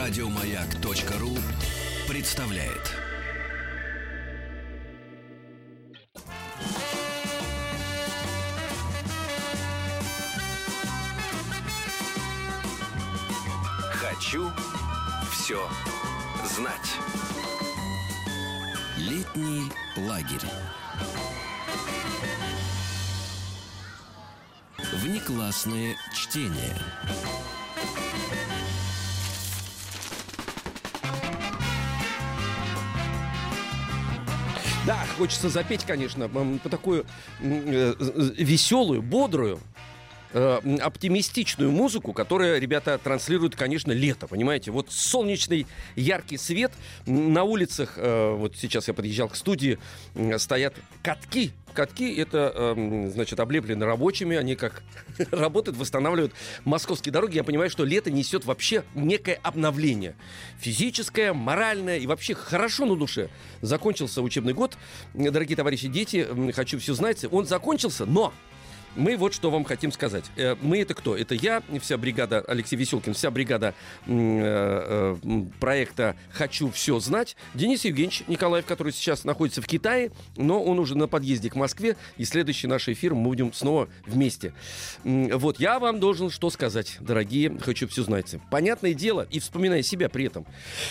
Радиомаяк.ру представляет. Хочу все знать. Летний лагерь. Внеклассное чтение. Да, хочется запеть, конечно, по такую веселую, бодрую, оптимистичную музыку, которая, ребята, транслирует, конечно, лето, понимаете? Вот солнечный, яркий свет, на улицах, вот сейчас я подъезжал к студии, стоят катки. Катки — это, значит, облеплены рабочими, они как работают, восстанавливают московские дороги. Я понимаю, что лето несет вообще некое обновление. Физическое, моральное и вообще хорошо на душе. Закончился учебный год. Дорогие товарищи, дети, хочу все знать. Он закончился, но... Мы вот что вам хотим сказать. Мы — это кто? Это я, вся бригада, Алексей Веселкин, вся бригада проекта «Хочу все знать». Денис Евгеньевич Николаев, который сейчас находится в Китае, но он уже на подъезде к Москве, и следующий наш эфир мы будем снова вместе. Вот, я вам должен что сказать, дорогие «Хочу все знать». Понятное дело, и вспоминая себя при этом.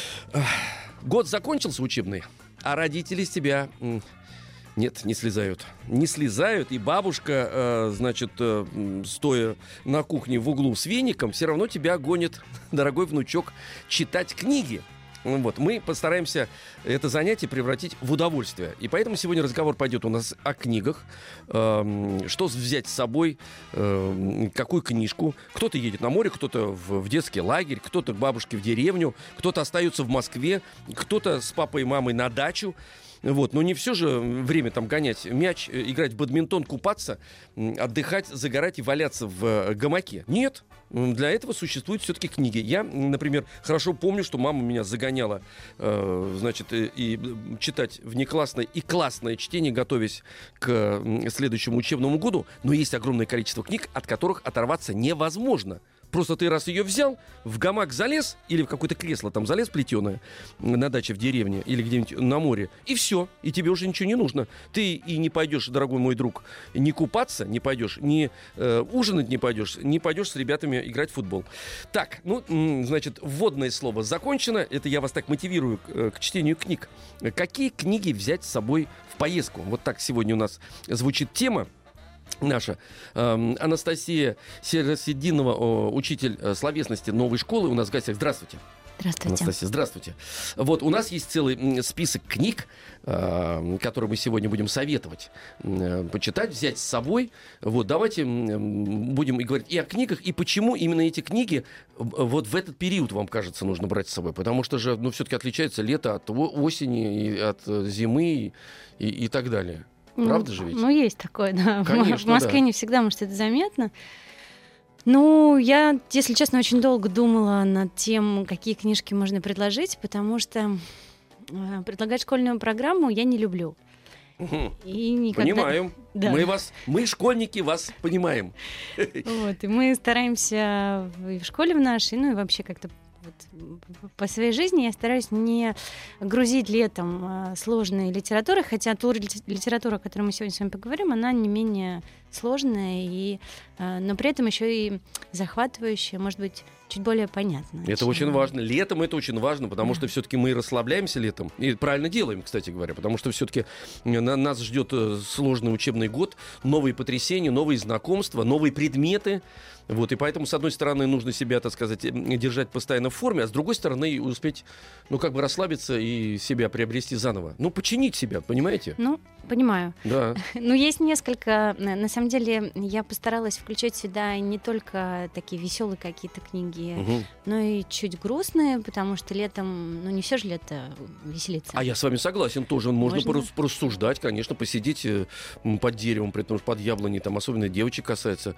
Год закончился учебный, а родители с тебя... Нет, не слезают. Не слезают, и бабушка, значит, стоя на кухне в углу с веником, все равно тебя гонит, дорогой внучок, читать книги. Вот, мы постараемся это занятие превратить в удовольствие. И поэтому сегодня разговор пойдет у нас о книгах. Что взять с собой, какую книжку. Кто-то едет на море, кто-то в детский лагерь, кто-то к бабушке в деревню, кто-то остается в Москве, кто-то с папой и мамой на дачу. Вот, но не все же время там гонять мяч, играть в бадминтон, купаться, отдыхать, загорать и валяться в гамаке. Нет, для этого существуют все-таки книги. Я, например, хорошо помню, что мама меня загоняла, значит, и читать внеклассное и классное чтение, готовясь к следующему учебному году. Но есть огромное количество книг, от которых оторваться невозможно. Просто ты раз ее взял, в гамак залез, или в какое-то кресло там залез плетеное на даче в деревне, или где-нибудь на море, и все, и тебе уже ничего не нужно. Ты и не пойдешь, дорогой мой друг, не купаться не пойдешь, не ужинать не пойдешь с ребятами играть в футбол. Так, ну, значит, вводное слово закончено. Это я вас так мотивирую к чтению книг. Какие книги взять с собой в поездку? Вот так сегодня у нас звучит тема наша. Анастасия Серосидинова, учитель словесности новой школы, у нас в гостях. Здравствуйте. Здравствуйте. Анастасия, здравствуйте. Вот у нас есть целый список книг, которые мы сегодня будем советовать почитать, взять с собой. Вот, давайте будем и говорить и о книгах, и почему именно эти книги вот в этот период, вам кажется, нужно брать с собой. Потому что же, ну, все-таки отличается лето от осени, и от зимы и так далее. Правда же ведь? Ну, есть такое, да. Конечно, в Москве да. Не всегда, может, это заметно. Ну, я, если честно, очень долго думала над тем, какие книжки можно предложить, потому что предлагать школьную программу я не люблю. И никогда... Понимаем. Да. Мы, школьники, вас понимаем. Вот, и мы стараемся и в школе в нашей, ну и вообще как-то вот по своей жизни я стараюсь не грузить летом сложной литературой, хотя ту литературу, о которой мы сегодня с вами поговорим, она не менее сложная, но при этом еще и захватывающая, может быть, чуть более понятная. Это очень важно. Летом это очень важно, потому что все-таки мы расслабляемся летом. И правильно делаем, кстати говоря, потому что все-таки нас ждет сложный учебный год, новые потрясения, новые знакомства, новые предметы. Вот, и поэтому, с одной стороны, нужно себя, так сказать, держать постоянно в форме, а с другой стороны, успеть, ну, как бы расслабиться и себя приобрести заново. Ну, починить себя, понимаете? Ну, понимаю. Да. Ну, есть несколько... На самом деле, я постаралась включать сюда не только такие веселые какие-то книги, но и чуть грустные, потому что летом, ну, не все же лето веселиться. А я с вами согласен, тоже можно порассуждать, конечно, посидеть под деревом, при том, что под яблоней, там, особенно девочек касается.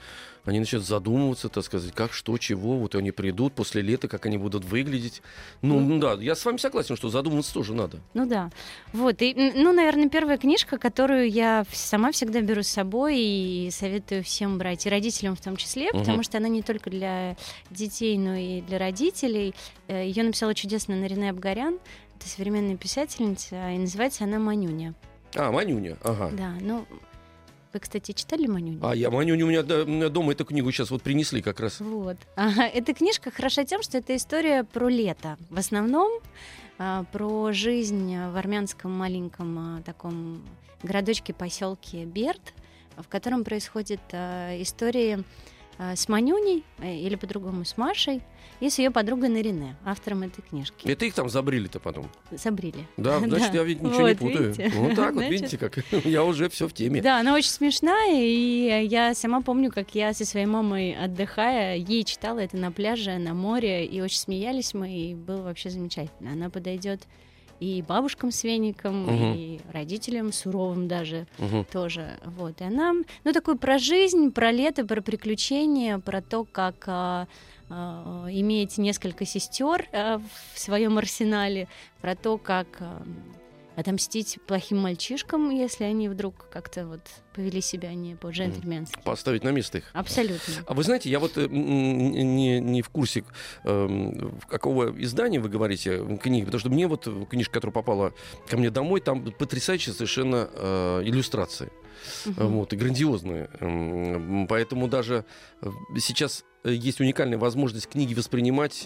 они начинают задумываться, так сказать, как, что, чего, вот они придут после лета, как они будут выглядеть. Ну да, я с вами согласен, что задумываться тоже надо. Ну да. Вот. И, наверное, первая книжка, которую я сама всегда беру с собой и советую всем брать, и родителям в том числе, потому что она не только для детей, но и для родителей. Ее написала чудесная Нарине Абгарян. Это современная писательница, и называется она «Манюня». «Манюня», ага. Да, вы, кстати, читали «Манюню»? Я «Манюню», у меня дома эту книгу сейчас вот принесли как раз. Вот. Эта книжка хороша тем, что это история про лето. В основном про жизнь в армянском маленьком таком городочке, поселке Берд, в котором происходит история с Манюней, или по-другому с Машей, и с ее подругой Нарине, автором этой книжки. Это их там забрили-то потом? Забрили. Да, значит, я ведь ничего не путаю. Видите? Вот так вот, видите, как я уже все в теме. Да, она очень смешная, и я сама помню, как я со своей мамой, отдыхая, ей читала это на пляже, на море, и очень смеялись мы, и было вообще замечательно. Она подойдет и бабушкам с веником, и родителям суровым даже тоже. Вот. И она, такую про жизнь, про лето, про приключения, про то, как иметь несколько сестер в своем арсенале, про то, как отомстить плохим мальчишкам, если они вдруг как-то вот повели себя не по-джентльменски. Поставить на место их. Абсолютно. А вы знаете, я вот не в курсе, какого издания вы говорите книги, потому что мне вот книжка, которая попала ко мне домой, там потрясающие совершенно иллюстрации. Вот, и грандиозные. Поэтому даже сейчас есть уникальная возможность книги воспринимать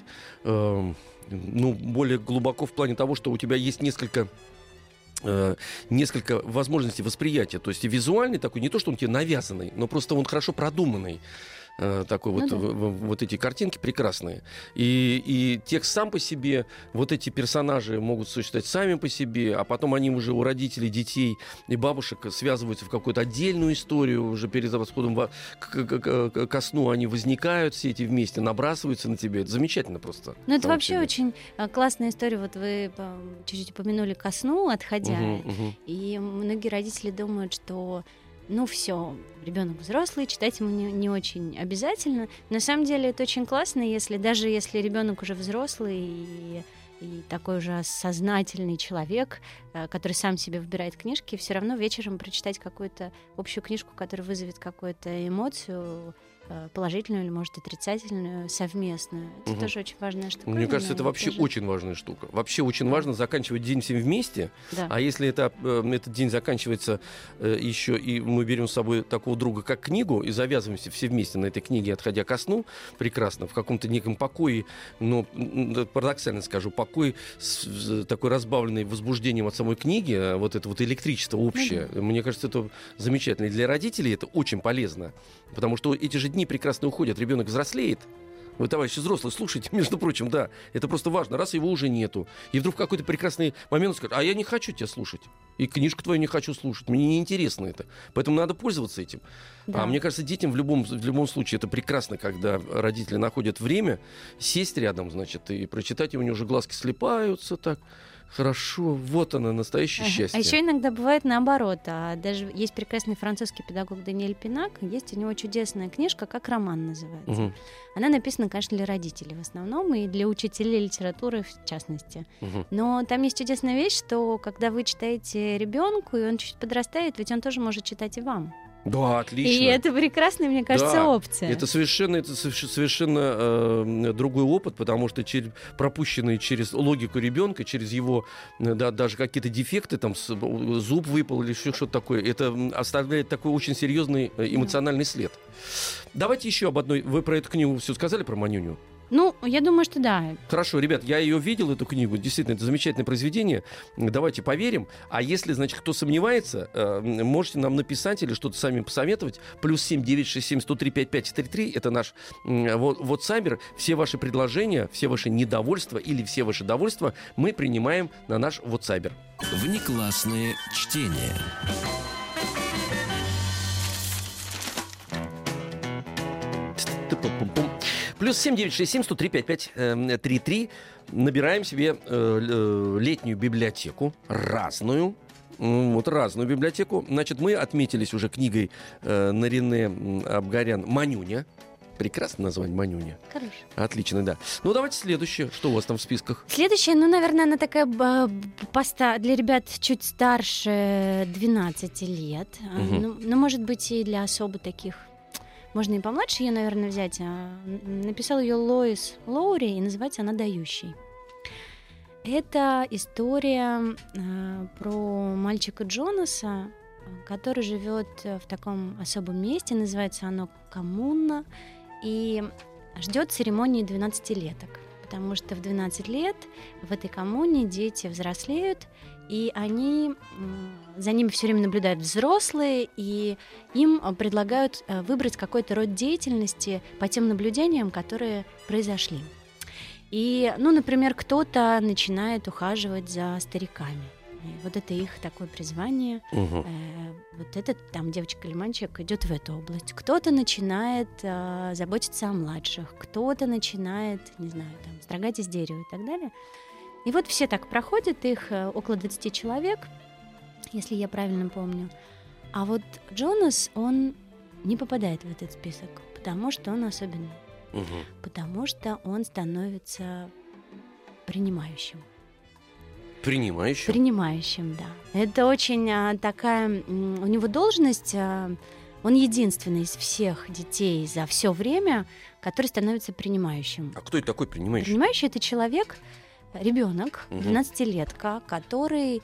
более глубоко в плане того, что у тебя есть несколько возможностей восприятия. То есть и визуальный такой, не то, что он тебе навязанный, но просто он хорошо продуманный. Такой вот эти картинки прекрасные. И текст сам по себе, вот эти персонажи могут существовать сами по себе, а потом они уже у родителей, детей и бабушек связываются в какую-то отдельную историю, уже перед восходом ко сну они возникают все эти вместе, набрасываются на тебя. Это замечательно просто. Это вообще очень классная история. Вот вы чуть-чуть упомянули ко сну, отходя, и многие родители думают, что все, ребенок взрослый, читать ему не очень обязательно. На самом деле это очень классно, даже если ребенок уже взрослый и такой уже сознательный человек, который сам себе выбирает книжки, все равно вечером прочитать какую-то общую книжку, которая вызовет какую-то эмоцию, положительную или, может, отрицательную, совместную. Это тоже очень важная штука. Мне кажется, это вообще очень важная штука. Вообще очень важно заканчивать день всем вместе. Да. А если этот день заканчивается еще, и мы берем с собой такого друга, как книгу, и завязываемся все вместе на этой книге, отходя ко сну, прекрасно, в каком-то неком покое, но, парадоксально скажу, покой такой разбавленный возбуждением от самой книги, вот это вот электричество общее, мне кажется, это замечательно. И для родителей это очень полезно, потому что эти же дни прекрасно уходят, ребенок взрослеет. Вы, товарищи взрослые, слушайте, между прочим, да, это просто важно, раз его уже нету. И вдруг в какой-то прекрасный момент он скажет: а я не хочу тебя слушать, и книжку твою не хочу слушать, мне неинтересно это. Поэтому надо пользоваться этим. Да. А мне кажется, детям в любом случае это прекрасно, когда родители находят время сесть рядом, значит, и прочитать, и у него уже глазки слипаются так. Хорошо, вот оно, настоящее счастье. А еще иногда бывает наоборот. Даже есть прекрасный французский педагог Даниэль Пинак, есть у него чудесная книжка, как роман называется. Она написана, конечно, для родителей в основном, и для учителей литературы в частности. Но там есть чудесная вещь, что когда вы читаете ребенку, и он чуть подрастает, ведь он тоже может читать и вам. Да, отлично. И это прекрасная, мне кажется, опция. Это совершенно другой опыт, потому что пропущенный через логику ребенка, через его даже какие-то дефекты, там зуб выпал или еще что-то такое, это оставляет такой очень серьезный эмоциональный след. Давайте еще об одной. Вы про эту книгу все сказали, про Манюню? Я думаю, что да. Хорошо, ребят, я ее видел, эту книгу. Действительно, это замечательное произведение. Давайте поверим. А если, значит, кто сомневается, можете нам написать или что-то сами посоветовать. +7 967 103 5533. Это наш WhatsApp. Все ваши предложения, все ваши недовольства или все ваши довольства мы принимаем на наш WhatsApp. Внеклассное чтение. +7 967 103 5533. Набираем себе летнюю библиотеку разную. Вот разную библиотеку. Значит, мы отметились уже книгой Нарине Абгарян «Манюня». Прекрасное название «Манюня». Хорошо. Отлично, да. Ну, давайте следующее. Что у вас там в списках? Следующая, ну, наверное, она такая для ребят чуть старше 12 лет. Ну, может быть, и для особо таких. Можно и помладше ее, наверное, взять. Написал ее Лоис Лоури, и называется она «Дающий». Это история про мальчика Джонаса, который живет в таком особом месте, называется оно коммуна, и ждет церемонии 12-леток, потому что в 12 лет в этой коммуне дети взрослеют, и за ними все время наблюдают взрослые, и им предлагают выбрать какой-то род деятельности по тем наблюдениям, которые произошли. И, ну, например, кто-то начинает ухаживать за стариками. И вот это их такое призвание. Вот этот там девочка или мальчик идет в эту область. Кто-то начинает заботиться о младших, кто-то начинает, не знаю, там, строгать из дерева и так далее. И вот все так проходят, их около 20 человек, если я правильно помню. А вот Джонас, он не попадает в этот список, потому что он особенный. Потому что он становится принимающим. Принимающим, да. Это очень такая... У него должность... Он единственный из всех детей за все время, который становится принимающим. А кто это такой принимающий? Принимающий — это человек, ребенок, 12-летка, который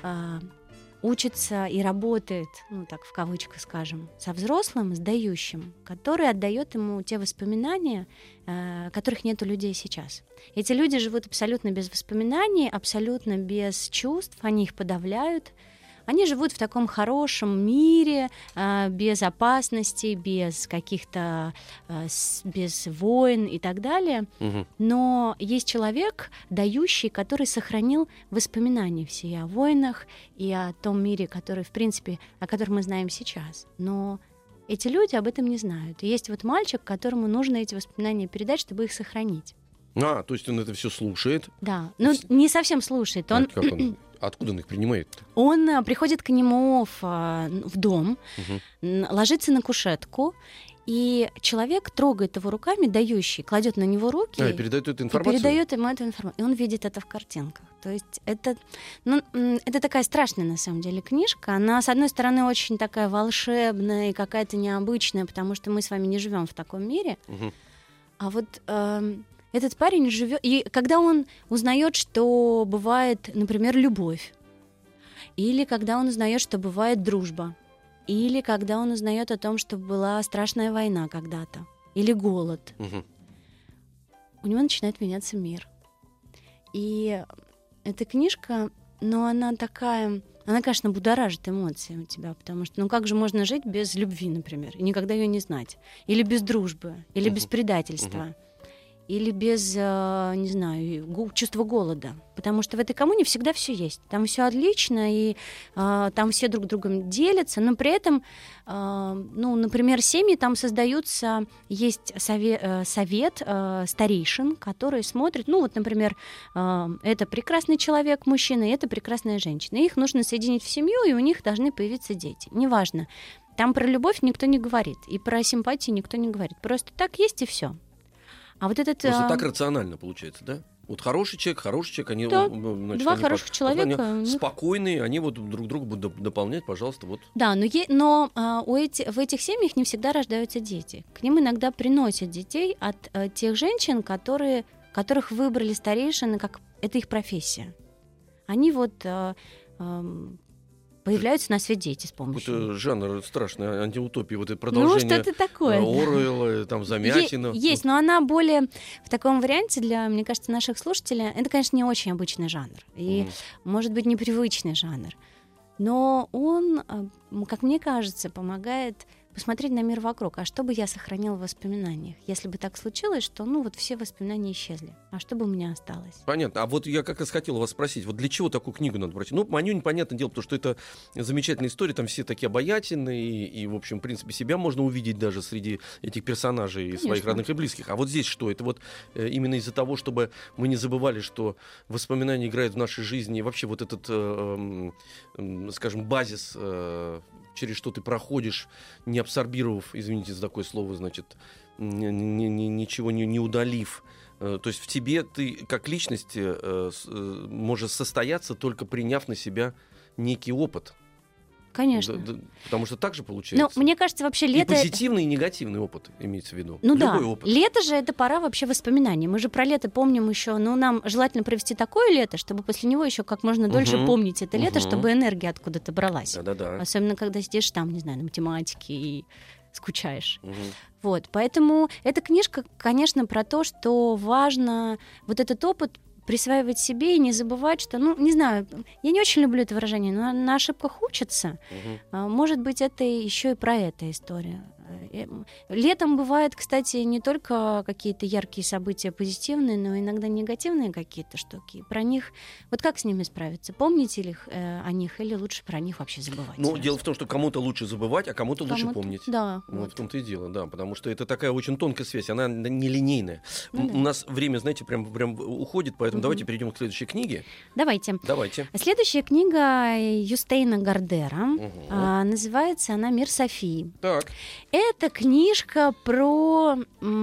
учится и работает, ну так в кавычках скажем, со взрослым, с дающим, который отдает ему те воспоминания, которых нет у людей сейчас. Эти люди живут абсолютно без воспоминаний, абсолютно без чувств, они их подавляют. Они живут в таком хорошем мире, без опасностей, без каких-то, без войн и так далее. Но есть человек, дающий, который сохранил воспоминания все и о войнах, и о том мире, который, в принципе, о котором мы знаем сейчас. Но эти люди об этом не знают. И есть вот мальчик, которому нужно эти воспоминания передать, чтобы их сохранить. То есть он это все слушает? Да, ну не совсем слушает. Откуда он их принимает? Он приходит к нему в дом, ложится на кушетку, и человек трогает его руками, дающий, кладет на него руки и передает эту информацию. И передает ему эту информацию. И он видит это в картинках. То есть это такая страшная, на самом деле, книжка. Она, с одной стороны, очень такая волшебная и какая-то необычная, потому что мы с вами не живем в таком мире. А вот... Этот парень живет, и когда он узнает, что бывает, например, любовь, или когда он узнает, что бывает дружба, или когда он узнает о том, что была страшная война когда-то, или голод, у него начинает меняться мир. И эта книжка, она такая, она, конечно, будоражит эмоции у тебя, потому что, как же можно жить без любви, например, и никогда ее не знать, или без дружбы, или без предательства. Или без, не знаю, чувства голода. Потому что в этой коммуне всегда все есть. Там все отлично, и там все друг другом делятся, но при этом, например, семьи там создаются, есть совет старейшин, которые смотрят, например, это прекрасный человек, мужчина, и это прекрасная женщина. И их нужно соединить в семью, и у них должны появиться дети. Неважно. Там про любовь никто не говорит, и про симпатии никто не говорит. Просто так есть, и все. А вот этот... Просто так рационально получается, да? Вот хороший человек, они... Да, два хороших человека. Они спокойные, они вот друг друга будут дополнять, пожалуйста, вот. Да, но в этих семьях не всегда рождаются дети. К ним иногда приносят детей от тех женщин, которых выбрали старейшины, как это их профессия. Они появляются на свет дети с помощью. Это жанр страшной антиутопии, вот это продолжение. Что-то такое. Оруэлла, там, Замятина. Есть, но она более в таком варианте для, мне кажется, наших слушателей. Это, конечно, не очень обычный жанр. И, может быть, непривычный жанр. Но он, как мне кажется, помогает посмотреть на мир вокруг. А что бы я сохранила в воспоминаниях? Если бы так случилось, что, вот все воспоминания исчезли. А что бы у меня осталось? Понятно. А вот я как раз хотел вас спросить, вот для чего такую книгу надо брать? «Манюнь», понятное дело, потому что это замечательная история, там все такие обаятельные, и, в общем, в принципе, себя можно увидеть даже среди этих персонажей, Конечно. Своих родных и близких. А вот здесь что? Это вот именно из-за того, чтобы мы не забывали, что воспоминания играют в нашей жизни, и вообще вот этот, скажем, базис, через что ты проходишь, не абсорбировав, извините за такое слово, значит, ничего не удалив. То есть в тебе ты как личность можешь состояться, только приняв на себя некий опыт. Конечно. Потому что так же получается. Но мне кажется, вообще лето... И позитивный, и негативный опыт имеется в виду. Ну Любой да, опыт. лето же это пора вообще воспоминаний. Мы же про лето помним еще, нам желательно провести такое лето, чтобы после него еще как можно дольше помнить это лето, чтобы энергия откуда-то бралась. Да-да-да. Особенно, когда сидишь там, не знаю, на математике и скучаешь. Вот, поэтому эта книжка, конечно, про то, что важно вот этот опыт присваивать себе и не забывать, что, не знаю, я не очень люблю это выражение, но на ошибках учатся. Может быть, это еще и про эту историю. Летом бывают, кстати, не только какие-то яркие события позитивные, но иногда негативные какие-то штуки. Про них, вот как с ними справиться? Помните ли о них или лучше про них вообще забывать? Дело в том, что кому-то лучше забывать, а кому-то лучше помнить. Да. Вот в том-то и дело, да, потому что это такая очень тонкая связь, она нелинейная. У нас время, знаете, прям уходит, поэтому давайте перейдем к следующей книге. Давайте. Следующая книга Юстейна Гардера. Называется она «Мир Софии». Так. Это книжка про...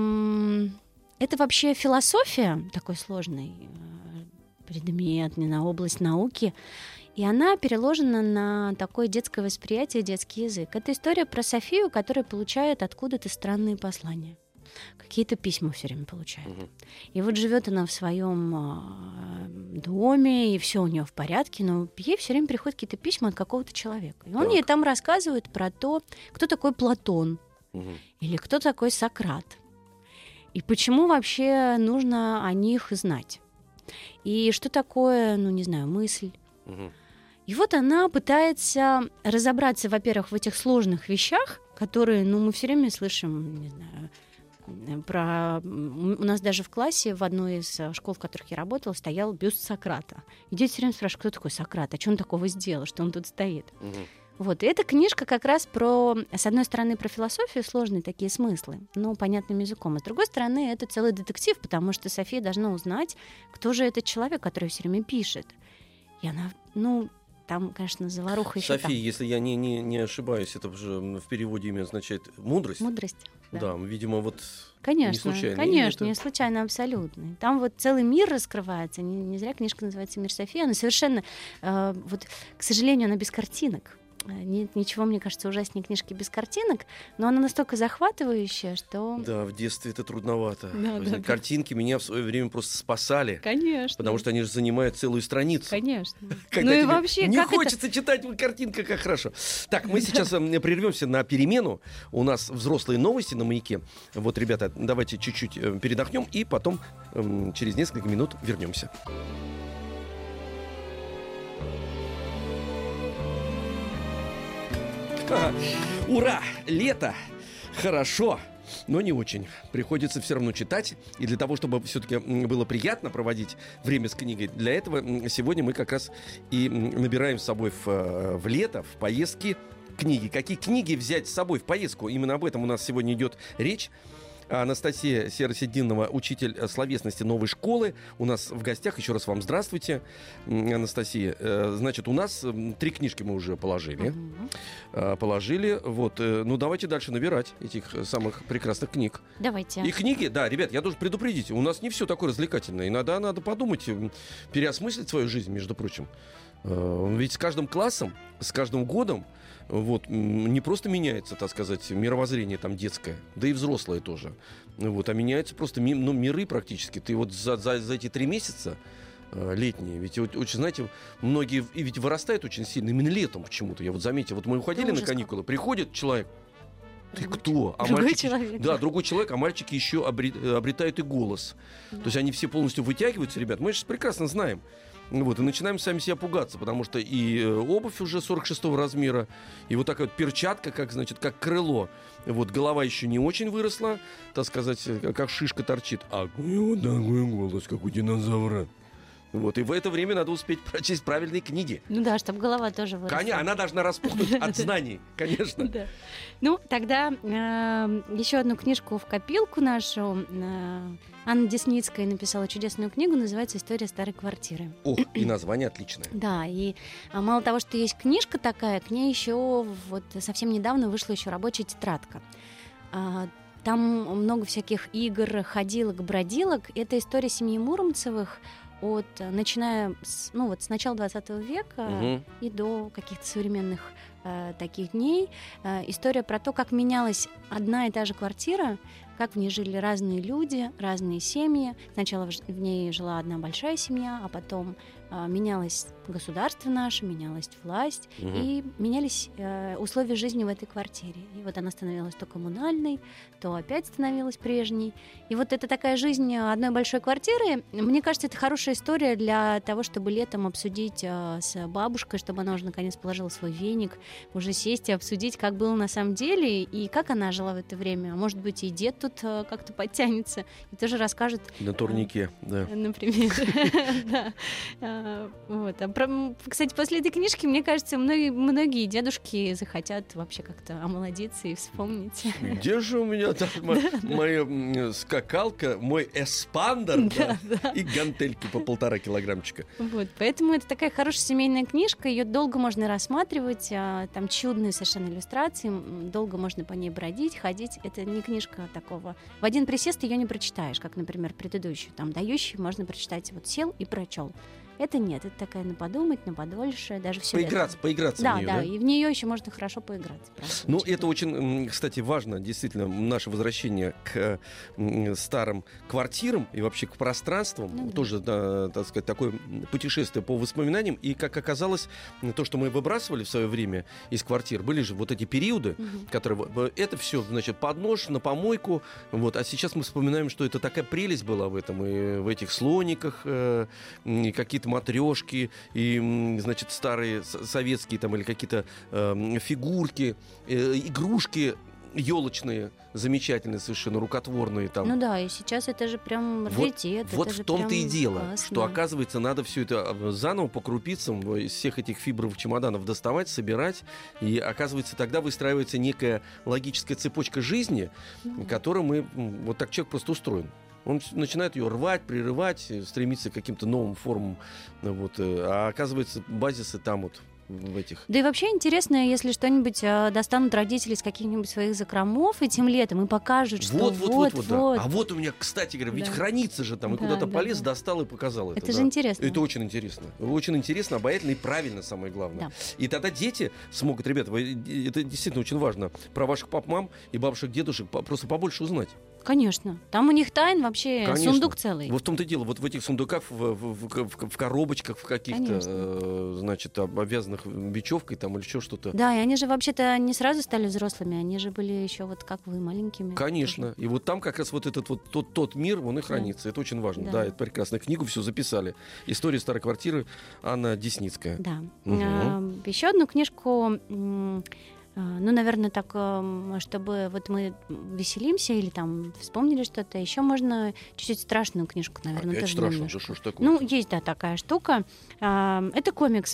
Это вообще философия, такой сложный предмет, не на область науки. И она переложена на такое детское восприятие, детский язык. Это история про Софию, которая получает откуда-то странные послания. Какие-то письма все время получает. И вот живет она в своем доме, и все у нее в порядке, но ей все время приходят какие-то письма от какого-то человека. И он ей там рассказывает про то, кто такой Платон, или кто такой Сократ, и почему вообще нужно о них знать. И что такое, не знаю, мысль. И вот она пытается разобраться, во-первых, в этих сложных вещах, которые, мы все время слышим, не знаю, у нас даже в классе в одной из школ, в которых я работала, стоял бюст Сократа. И дети все время спрашивают, кто такой Сократ, а что он такого сделал, что он тут стоит. Вот, и эта книжка как раз про, с одной стороны, про философию, сложные такие смыслы, но понятным языком, а с другой стороны, это целый детектив, потому что София должна узнать, кто же этот человек, который все время пишет. И она, там, конечно, заваруха еще. София, если я не ошибаюсь, это же в переводе имя означает мудрость. Мудрость. Да, видимо, Конечно, не случайно. Конечно, не случайно, абсолютно. Там вот целый мир раскрывается. Не зря книжка называется «Мир Софии». Она совершенно, к сожалению, она без картинок. Нет ничего, мне кажется, ужаснее книжки без картинок, но она настолько захватывающая, что... Да, в детстве это трудновато. Да. Картинки меня в свое время просто спасали. Конечно. Потому что они же занимают целую страницу. Конечно. Когда и вообще, не хочется читать картинка, как хорошо. Так, мы сейчас прервемся на перемену. У нас взрослые новости на «Маяке». Вот, ребята, давайте чуть-чуть передохнем и потом через несколько минут вернемся. Ура! Лето! Хорошо, но не очень. Приходится все равно читать. И для того, чтобы все-таки было приятно проводить время с книгой, для этого сегодня мы как раз и набираем с собой в лето, в поездки книги. Какие книги взять с собой в поездку? Именно об этом у нас сегодня идет речь. Анастасия Серосидинова, учитель словесности новой школы. У нас в гостях. Еще раз вам здравствуйте, Анастасия. Значит, у нас 3 книжки мы уже положили. Положили. Вот. Давайте дальше набирать этих самых прекрасных книг. Давайте. И книги, да, ребят, я должен предупредить. У нас не все такое развлекательное. Иногда надо подумать, переосмыслить свою жизнь, между прочим. Ведь с каждым классом, с каждым годом не просто меняется, так сказать, мировоззрение там детское, да и взрослое тоже. А меняются просто миры практически. Ты за эти 3 месяца летние, ведь очень, знаете, многие ведь вырастают очень сильно именно летом почему-то. Я заметил, мы уходили на каникулы, приходит человек, ты кто? Другой человек. Да, другой человек, а мальчики еще обретают и голос. То есть они все полностью вытягиваются, ребят. Мы же прекрасно знаем. Вот, и начинаем сами себя пугаться, потому что и обувь уже 46-го размера, и вот такая вот перчатка, как, значит, как крыло. Вот, голова еще не очень выросла, так сказать, как шишка торчит. А вот такой голос, как у динозавра. Вот, и в это время надо успеть прочесть правильные книги. Ну да, чтобы голова тоже выросла. Конечно, она должна распухнуть от знаний, конечно. Да. Ну, тогда еще одну книжку в копилку нашу. Анна Десницкая написала чудесную книгу, называется «История старой квартиры». Ох, и название отличное. Да, и мало того, что есть книжка такая, к ней еще вот совсем недавно вышла еще рабочая тетрадка. Там много всяких игр, ходилок, бродилок. Это история семьи Муромцевых, начиная с начала 20 века и до каких-то современных таких дней. История про то, как менялась одна и та же квартира, как в ней жили разные люди, разные семьи. Сначала в ней жила одна большая семья, а потом менялось государство наше, менялась власть, и менялись условия жизни в этой квартире. И вот она становилась то коммунальной, то опять становилась прежней. И вот это такая жизнь одной большой квартиры. Мне кажется, это хорошая история для того, чтобы летом обсудить с бабушкой, чтобы она уже наконец положила свой веник, уже сесть и обсудить, как было на самом деле, и как она жила в это время. А может быть, и дед тут как-то подтянется и тоже расскажет. На турнике, да. Например. Вот. Кстати, после этой книжки, мне кажется, многие дедушки захотят вообще как-то омолодиться и вспомнить. Где же у меня там моя скакалка, мой эспандер и гантельки по 1,5 килограммчика. Вот, поэтому это такая хорошая семейная книжка, ее долго можно рассматривать, там чудные совершенно иллюстрации, долго можно по ней бродить, ходить. Это не книжка такого. В один присест ее не прочитаешь, как, например, предыдущую. Там «Дающий» можно прочитать, вот сел и прочел. Это нет, это такая на подумать, на подольше, даже все. Поиграться да, в нее, да, и в нее еще можно хорошо поиграться. Ну, это очень, кстати, важно, действительно, наше возвращение к старым квартирам и вообще к пространствам. Тоже, да, так сказать, такое путешествие по воспоминаниям. И, как оказалось, то, что мы выбрасывали в свое время из квартир, были же вот эти периоды, которые... Это все, значит, под нож, на помойку. Вот. А сейчас мы вспоминаем, что это такая прелесть была в этом. И в этих слониках, и какие-то матрешки, и, значит, старые советские там или какие-то фигурки, игрушки елочные, замечательные, совершенно рукотворные там. Ну да, и сейчас это же прям раритет. Вот в том-то и дело, классно. что, оказывается, надо все это заново по крупицам из всех этих фибровых чемоданов доставать, собирать, и, оказывается, тогда выстраивается некая логическая цепочка жизни, которую мы... Вот так человек просто устроен. Он начинает ее рвать, прерывать, стремиться к каким-то новым формам. Вот, а оказывается, базисы там вот в этих. Да и вообще интересно, если что-нибудь достанут родители из каких-нибудь своих закромов этим летом и покажут, что вот. Да. А вот у меня, кстати говоря, ведь хранится же там, и куда-то полез, достал и показал это. Это же интересно. Это очень интересно. Очень интересно, обаятельно и правильно, самое главное. Да. И тогда дети смогут, ребята, это действительно очень важно, про ваших пап-мам и бабушек-дедушек просто побольше узнать. Конечно. Там у них тайн вообще. Конечно. Сундук целый. Вот в том-то и дело. Вот в этих сундуках, в коробочках, в каких-то, значит, обвязанных бечевкой там или еще что-то. Да, и они же вообще-то не сразу стали взрослыми, они же были еще вот как вы, маленькими. Конечно. Тоже. И вот там как раз вот этот вот тот мир, он и хранится. Да. Это очень важно. Да, это прекрасно. Книгу все записали. «История старой квартиры», Анна Десницкая. Да. Еще одну книжку... Ну, наверное, так, чтобы вот мы веселимся или там вспомнили что-то, еще можно чуть-чуть страшную книжку, наверное, опять тоже страшно, немножко. Да что ж такое? Ну, есть, да, такая штука. Это комикс.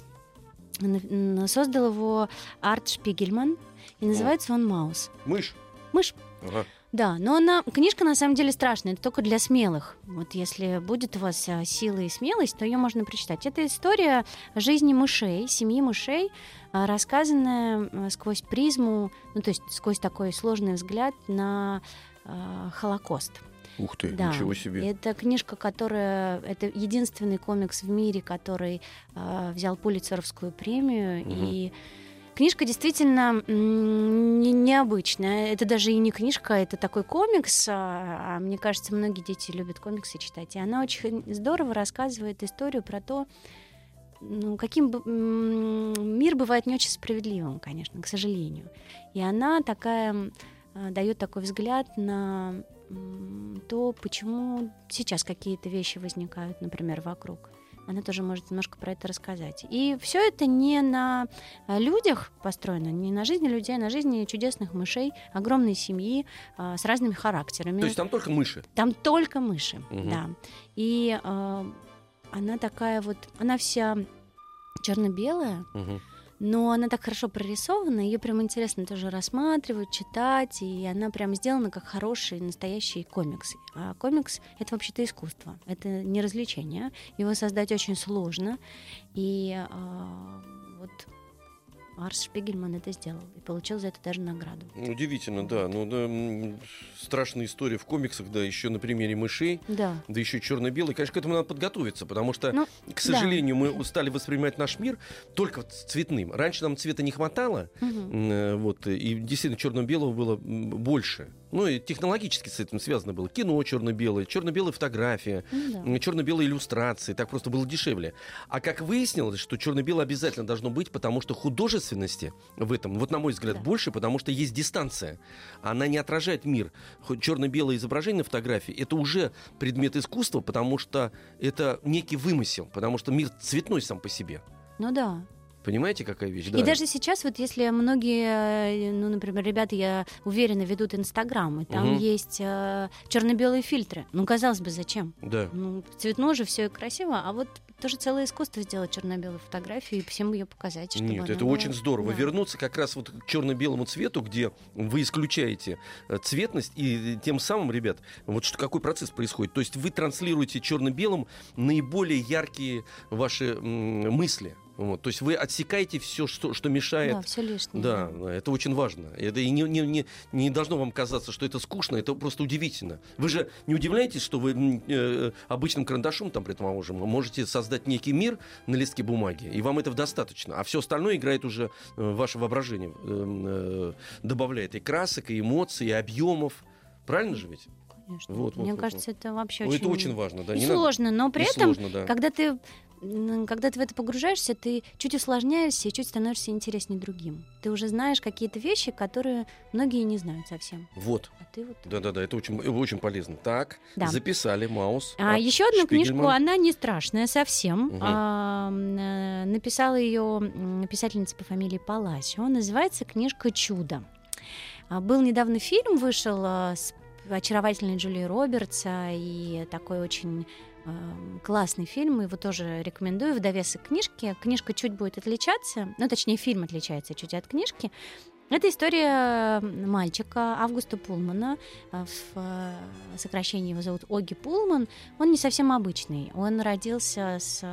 Создал его Арт Шпигельман, и называется он «Маус». Мышь? Мышь. Ага. Да, но книжка на самом деле страшная, это только для смелых. Вот если будет у вас сила и смелость, то ее можно прочитать. Это история жизни мышей, семьи мышей, рассказанная сквозь призму, ну то есть сквозь такой сложный взгляд на Холокост. Ух ты, да, ничего себе. Это книжка, это единственный комикс в мире, который взял Пулитцеровскую премию, и книжка действительно необычная. Это даже и не книжка, это такой комикс. А мне кажется, многие дети любят комиксы читать. И она очень здорово рассказывает историю про то, каким мир бывает не очень справедливым, конечно, к сожалению. И она дает такой взгляд на то, почему сейчас какие-то вещи возникают, например, вокруг. она тоже может немножко про это рассказать. И все это не на людях построено, не на жизни людей, а на жизни чудесных мышей, огромной семьи с разными характерами. То есть там только мыши? Там только мыши, Мгм. да. И она такая вот, она вся черно-белая, Мгм. но она так хорошо прорисована, ее прям интересно тоже рассматривать, читать, и она прям сделана как хороший настоящий комикс. А комикс — это вообще-то искусство, это не развлечение, его создать очень сложно, и вот Арс Шпигельман это сделал и получил за это даже награду. Удивительно, да. Ну, да, страшная история в комиксах, да, еще на примере мышей, Да. да еще черно-белый. Конечно, к этому надо подготовиться, потому что, Ну, к сожалению, мы стали воспринимать наш мир только цветным. Раньше нам цвета не хватало, вот, и действительно черно-белого было больше. Ну, и технологически с этим связано было. Кино черно-белое, черно-белая фотография, Да. черно-белые иллюстрации. Так просто было дешевле. А как выяснилось, что черно-белое обязательно должно быть, потому что художественности в этом, вот на мой взгляд, Да. больше, потому что есть дистанция. Она не отражает мир. Хоть черно-белое изображение на фотографии — это уже предмет искусства, потому что это некий вымысел, потому что мир цветной сам по себе. Ну да. Понимаете, какая вещь? Да. И даже сейчас, вот если многие, ну, например, ребята, я уверена, ведут Инстаграм, и там Мгм. есть черно-белые фильтры. Ну, казалось бы, зачем? Да. Ну, цветно же все красиво, а вот тоже целое искусство сделать черно-белую фотографию и всем ее показать, чтобы Нет, она это была- очень здорово. Да. Вернуться как раз вот к черно-белому цвету, где вы исключаете цветность, и тем самым, ребят, вот что, какой процесс происходит. То есть вы транслируете черно-белым наиболее яркие ваши мысли. Вот. То есть вы отсекаете все, что мешает. Да, все лишнее. Да, это очень важно. Это и не должно вам казаться, что это скучно, это просто удивительно. Вы же не удивляетесь, что вы обычным карандашом, там, предположим, можете создать некий мир на листке бумаги, и вам этого достаточно. А все остальное играет уже ваше воображение, добавляет и красок, и эмоций, и объемов. Правильно же ведь? Конечно. Вот, Мне вот, кажется, это вообще Ну, очень... это очень важно, да. И не надо- сложно, но при и этом, сложно, да. когда ты в это погружаешься, ты чуть усложняешься и чуть становишься интереснее другим. Ты уже знаешь какие-то вещи, которые многие не знают совсем. Вот. А ты вот... Да-да-да, это очень полезно. Так, Да. записали Маус. Еще одну книжку, Шпигельман. она не страшная совсем. Мгм. Написала ее писательница по фамилии Паласио. Называется книжка «Чудо». Был недавно фильм, вышел с очаровательной Джулией Робертс, и такой очень классный фильм, его тоже рекомендую в довесок к книжке. Книжка чуть будет отличаться, ну, точнее, фильм отличается чуть от книжки. Это история мальчика Августа Пулмана. В сокращении его зовут Оги Пулман. Он не совсем обычный. Он родился с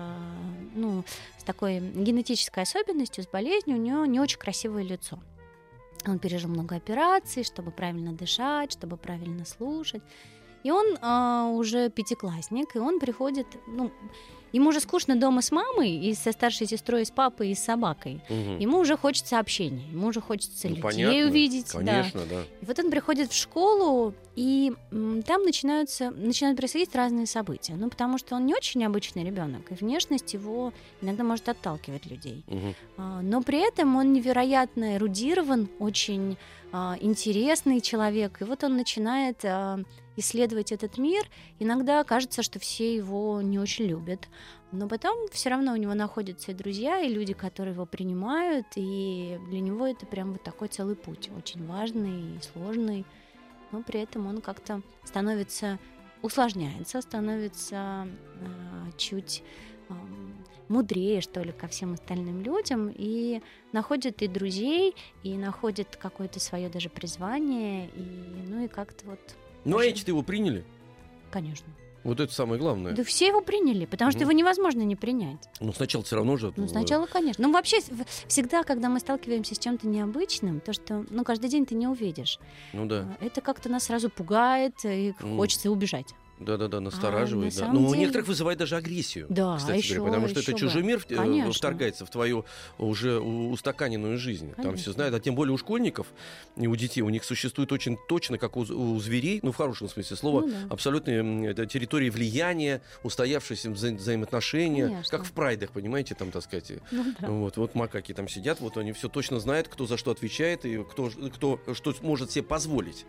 такой генетической особенностью, с болезнью. У него не очень красивое лицо. Он пережил много операций, чтобы правильно дышать, чтобы правильно слушать. И он уже пятиклассник, и он приходит... Ему уже скучно дома с мамой, и со старшей сестрой, и с папой, и с собакой. Мгм. Ему уже хочется общения, ему уже хочется Ну, людей понятно. увидеть. Да. Конечно, да. И вот он приходит в школу, и там начинают происходить разные события. Ну, потому что он не очень обычный ребенок, и внешность его иногда может отталкивать людей. Мгм. Но при этом он невероятно эрудирован, очень интересный человек. И вот он начинает исследовать этот мир. Иногда кажется, что все его не очень любят. Но потом все равно у него находятся и друзья, и люди, которые его принимают. И для него это прям вот такой целый путь. Очень важный и сложный. Но при этом он как-то усложняется, становится чуть мудрее, что ли, ко всем остальным людям, и находит и друзей, и находит какое-то свое даже призвание, и как-то вот... Ну, а Очень- эти-то его приняли? Конечно. Вот это самое главное. Да все его приняли, потому что Мгм. его невозможно не принять. Ну, сначала все равно же... Ну, сначала, конечно. Ну, вообще, всегда, когда мы сталкиваемся с чем-то необычным, то, что, каждый день ты не увидишь, Ну, да. это как-то нас сразу пугает, и Мгм. хочется убежать. Да-да-да, настораживает. на Да. самом Ну, у деле- некоторых вызывает даже агрессию. Да, Кстати еще- говоря, потому что это еще чужой бы. мир Конечно. вторгается в твою уже устаканенную жизнь. Там Конечно. все знают, а тем более у школьников и у детей, у них существует очень точно, как у зверей, ну, в хорошем смысле слова, Ну да. абсолютные территории влияния, устоявшиешиеся взаимоотношения, Конечно. как в прайдах, понимаете, там, так сказать. Ну, да. Вот макаки там сидят, вот они все точно знают, кто за что отвечает и кто что может себе позволить.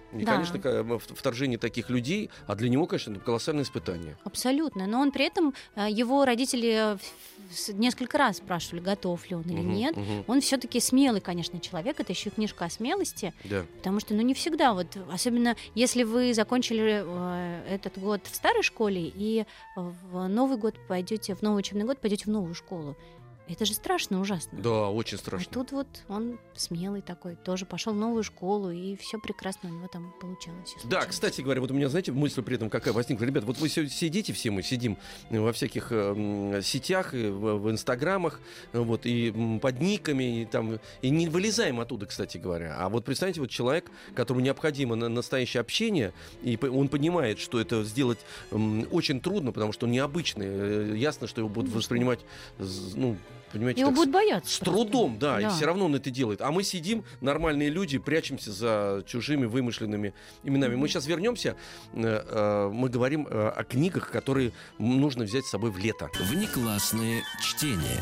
И, Да. конечно, вторжение таких людей, а для него, конечно, это колоссальное испытание. Абсолютно. Но он при этом, его родители несколько раз спрашивали, готов ли он или Мгм, нет. мгм. Он все-таки смелый, конечно, человек. Это еще книжка о смелости. Да. Потому что, не всегда, особенно если вы закончили этот год в старой школе и в новый год пойдете, в новый учебный год пойдете в новую школу. Это же страшно, ужасно. Да, очень А страшно. тут он смелый такой, тоже пошел в новую школу, и все прекрасно у него там получалось. всё Да, случилось. кстати говоря, вот у меня, знаете, мысль при этом какая возникла. Ребят, вот вы сидите, все мы сидим во всяких сетях, и в инстаграмах, вот, и под никами, и не вылезаем оттуда, кстати говоря. А вот представьте, вот человек, которому необходимо настоящее общение, и он понимает, что это сделать очень трудно, потому что он необычный. Ясно, что его будут воспринимать, понимаете, Его так будут бояться. с просто. трудом, да, и Да. все равно он это делает. А мы сидим, нормальные люди, прячемся за чужими вымышленными именами. Мы сейчас вернемся, мы говорим о книгах, которые нужно взять с собой в лето. Внеклассное чтение.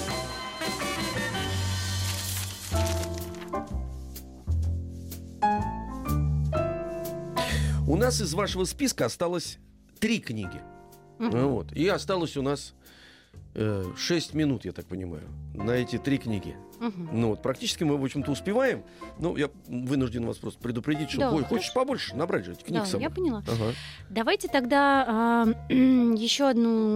У нас из вашего списка осталось 3 книги. Мгм. Вот. И осталось у нас 6 минут, я так понимаю, на эти 3 книги. Мгм. Практически мы, в общем-то, успеваем. Я вынужден вас просто предупредить, что Да, хочешь хорошо. побольше набрать же этих книг Да, с собой. я поняла. Ага. Давайте тогда еще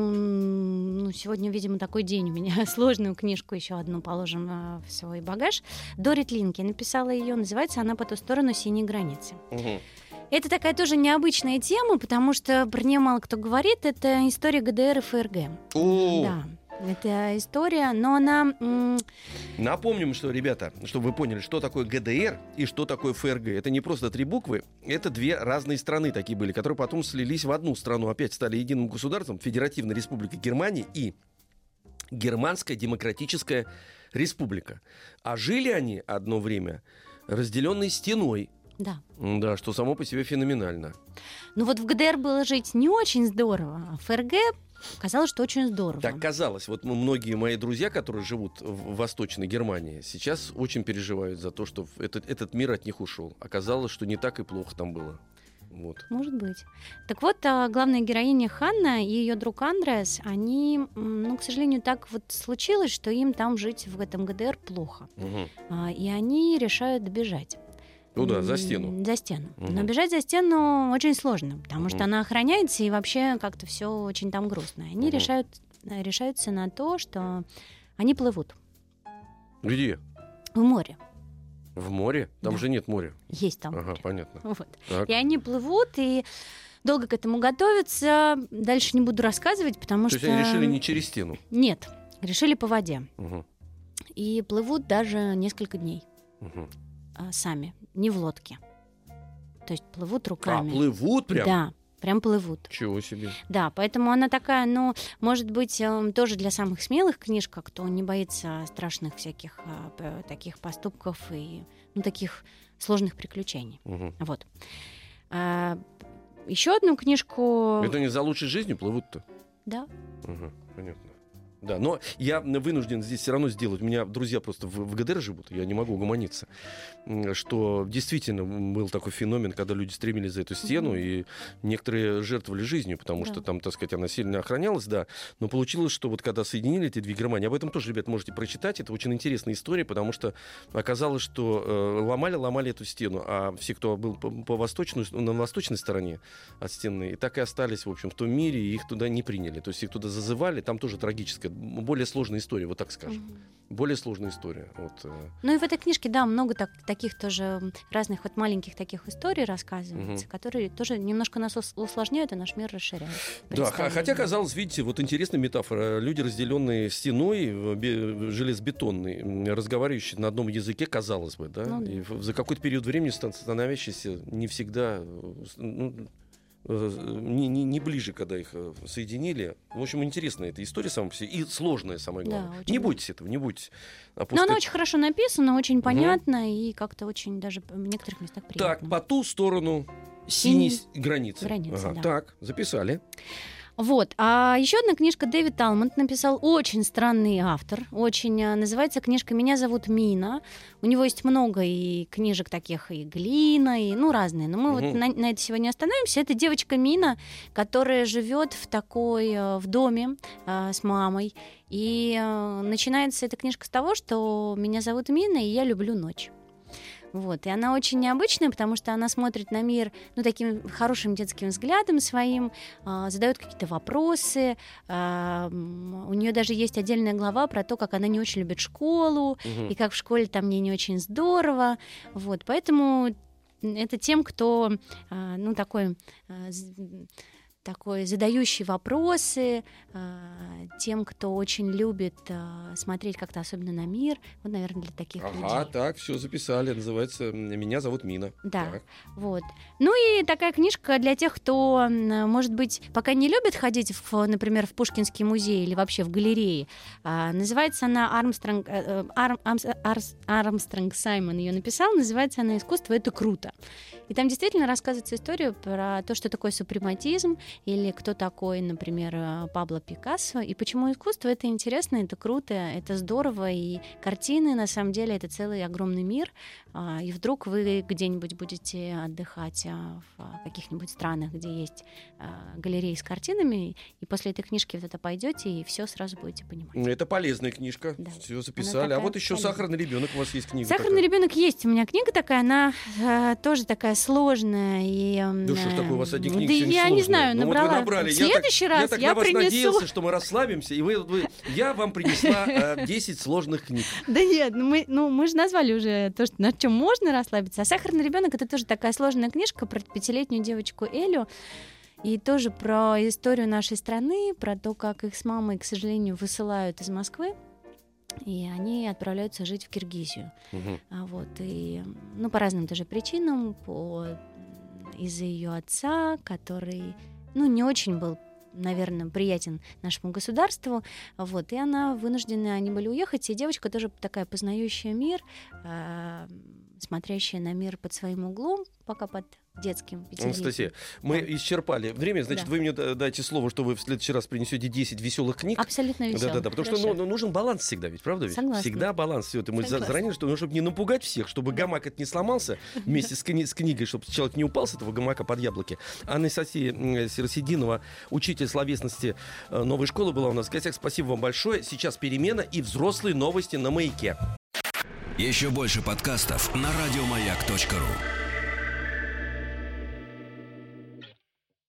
одну, сегодня, видимо, такой день у меня, сложную книжку еще одну положим в свой багаж. Дорит Линки написала ее, называется она «По ту сторону синей границы». Мгм. Это такая тоже необычная тема, потому что про нее мало кто говорит. Это история ГДР и ФРГ. О! Да, это история, но она... Напомним, что, ребята, чтобы вы поняли, что такое ГДР и что такое ФРГ. Это не просто 3 буквы, это 2 разные страны такие были, которые потом слились в одну страну, опять стали единым государством, Федеративная Республика Германия и Германская Демократическая Республика. А жили они одно время разделенные стеной. Да. Да, что само по себе феноменально. Ну вот в ГДР было жить не очень здорово, а в ФРГ казалось, что очень здорово. Так казалось. Вот многие мои друзья, которые живут в Восточной Германии, сейчас очень переживают за то, что этот мир от них ушел. Оказалось, что не так и плохо там было. Вот. Может быть. Так вот, главная героиня Ханна и ее друг Андреас, они, к сожалению, так вот случилось, что им там жить в этом ГДР плохо. Угу. И они решают бежать. Ну да, за стену. За стену. Мгм. Но бежать за стену очень сложно, потому что Мгм. она охраняется, и вообще как-то все очень там грустно. Они Мгм. решаются на то, что они плывут Где? в море. В море? Там Да. же нет моря. Есть там Ага, море. понятно. Вот. Так. И они плывут, и долго к этому готовятся. Дальше не буду рассказывать, потому То что... есть они решили не через стену. Нет, решили по воде. Угу. И плывут даже несколько дней Угу. сами, не в лодке. То есть плывут руками. Плывут прям? Да, прям плывут. Чего себе. Да, поэтому она такая, может быть, тоже для самых смелых книжка, кто не боится страшных всяких таких поступков и таких сложных приключений. Угу. Вот. Еще одну книжку... Это не за лучшей жизнью плывут-то? Да. Угу. Понятно. Да, но я вынужден здесь все равно сделать. У меня друзья просто в ГДР живут, я не могу угомониться. Что действительно был такой феномен, когда люди стремились за эту стену, и некоторые жертвовали жизнью, потому что там, так сказать, она сильно охранялась, да. Но получилось, что вот когда соединили эти 2 Германии, об этом тоже, ребят, можете прочитать. Это очень интересная история, потому что оказалось, что ломали эту стену, а все, кто был на восточной стороне от стены, и так и остались, в общем, в том мире, и их туда не приняли. То есть их туда зазывали, там тоже трагическая, более сложная история, вот так скажем. Более сложная история. Вот. Ну и в этой книжке, да, много таких тоже разных вот маленьких таких историй рассказывается, которые тоже немножко нас усложняют, и наш мир расширяют. Да, хотя, казалось, видите, вот интересная метафора. Люди, разделенные стеной, железобетонной, разговаривающие на одном языке, казалось бы, да, Ну, да. и за какой-то период времени становящиеся не всегда... не ближе, когда их соединили. В общем, интересная эта история сама по себе. И сложная, самое главное. Да, очень. Не бойтесь этого, не бойтесь. Но она очень хорошо написана, очень понятна и как-то очень даже в некоторых местах приятно. Так, по ту сторону синей Синей границы. границы, Ага, да. так, записали. Вот. А еще одна книжка Дэвид Алмонд написал, очень странный автор. Очень называется книжка «Меня зовут Мина». У него есть много и книжек таких, и «Глина», и разные. Но мы вот на это сегодня остановимся. Это девочка Мина, которая живет в доме с мамой. И начинается эта книжка с того, что «Меня зовут Мина, и я люблю ночь». Вот. И она очень необычная, потому что она смотрит на мир таким хорошим детским взглядом своим, задает какие-то вопросы. У нее даже есть отдельная глава про то, как она не очень любит школу, и как в школе там ей не очень здорово. Вот. Поэтому это тем, кто такой задающий вопросы, тем, кто очень любит смотреть как-то особенно на мир. Вот, наверное, для таких людей. Так, все записали. Называется «Меня зовут Мина». Да, так. Вот. И такая книжка для тех, кто, может быть, пока не любит ходить, например, в Пушкинский музей или вообще в галереи. Называется она Армстронг Саймон ее написал. Называется она «Искусство — это круто». И там действительно рассказывается история про то, что такое супрематизм, или кто такой, например, Пабло Пикассо, и почему искусство — это интересно, это круто, это здорово, и картины, на самом деле, это целый огромный мир, и вдруг вы где-нибудь будете отдыхать в каких-нибудь странах, где есть галереи с картинами, и после этой книжки вот это пойдете, и все сразу будете понимать. Это полезная книжка, да. Все записали. А вот еще полезная. «Сахарный ребенок» у вас есть книга. «Сахарный ребенок» есть у меня книга такая, она тоже такая сложная. Да что ж такое, у вас одни книги я сложные. не знаю, набрала. Вот вы набрали. В следующий раз я принесу. На вас надеялся, что мы расслабимся, и я вам принесла 10 сложных книг. Да нет, мы же назвали уже то, на чем можно расслабиться. А «Сахарный ребенок» — это тоже такая сложная книжка про 5-летнюю девочку Элю. И тоже про историю нашей страны, про то, как их с мамой, к сожалению, высылают из Москвы. И они отправляются жить в Киргизию. И, по разным тоже причинам, из-за ее отца, который, не очень был, наверное, приятен нашему государству. И она вынуждена, они были уехать. И девочка тоже такая познающая мир, смотрящая на мир под своим углом, пока под детским. Анастасия, мы исчерпали время, значит, вы мне дайте слово, что вы в следующий раз принесете 10 веселых книг. Абсолютно веселых. Да, потому что нужен баланс всегда, ведь, правда? Согласна. Всегда баланс. Все это мы заранее, чтобы не напугать всех, чтобы гамак это не сломался вместе с книгой, чтобы человек не упал с этого гамака под яблоки. Анастасия Серосидинова, учитель словесности новой школы, была у нас в гостях. Спасибо вам большое. Сейчас перемена и взрослые новости на Маяке. Еще больше подкастов на радиомаяк.ру.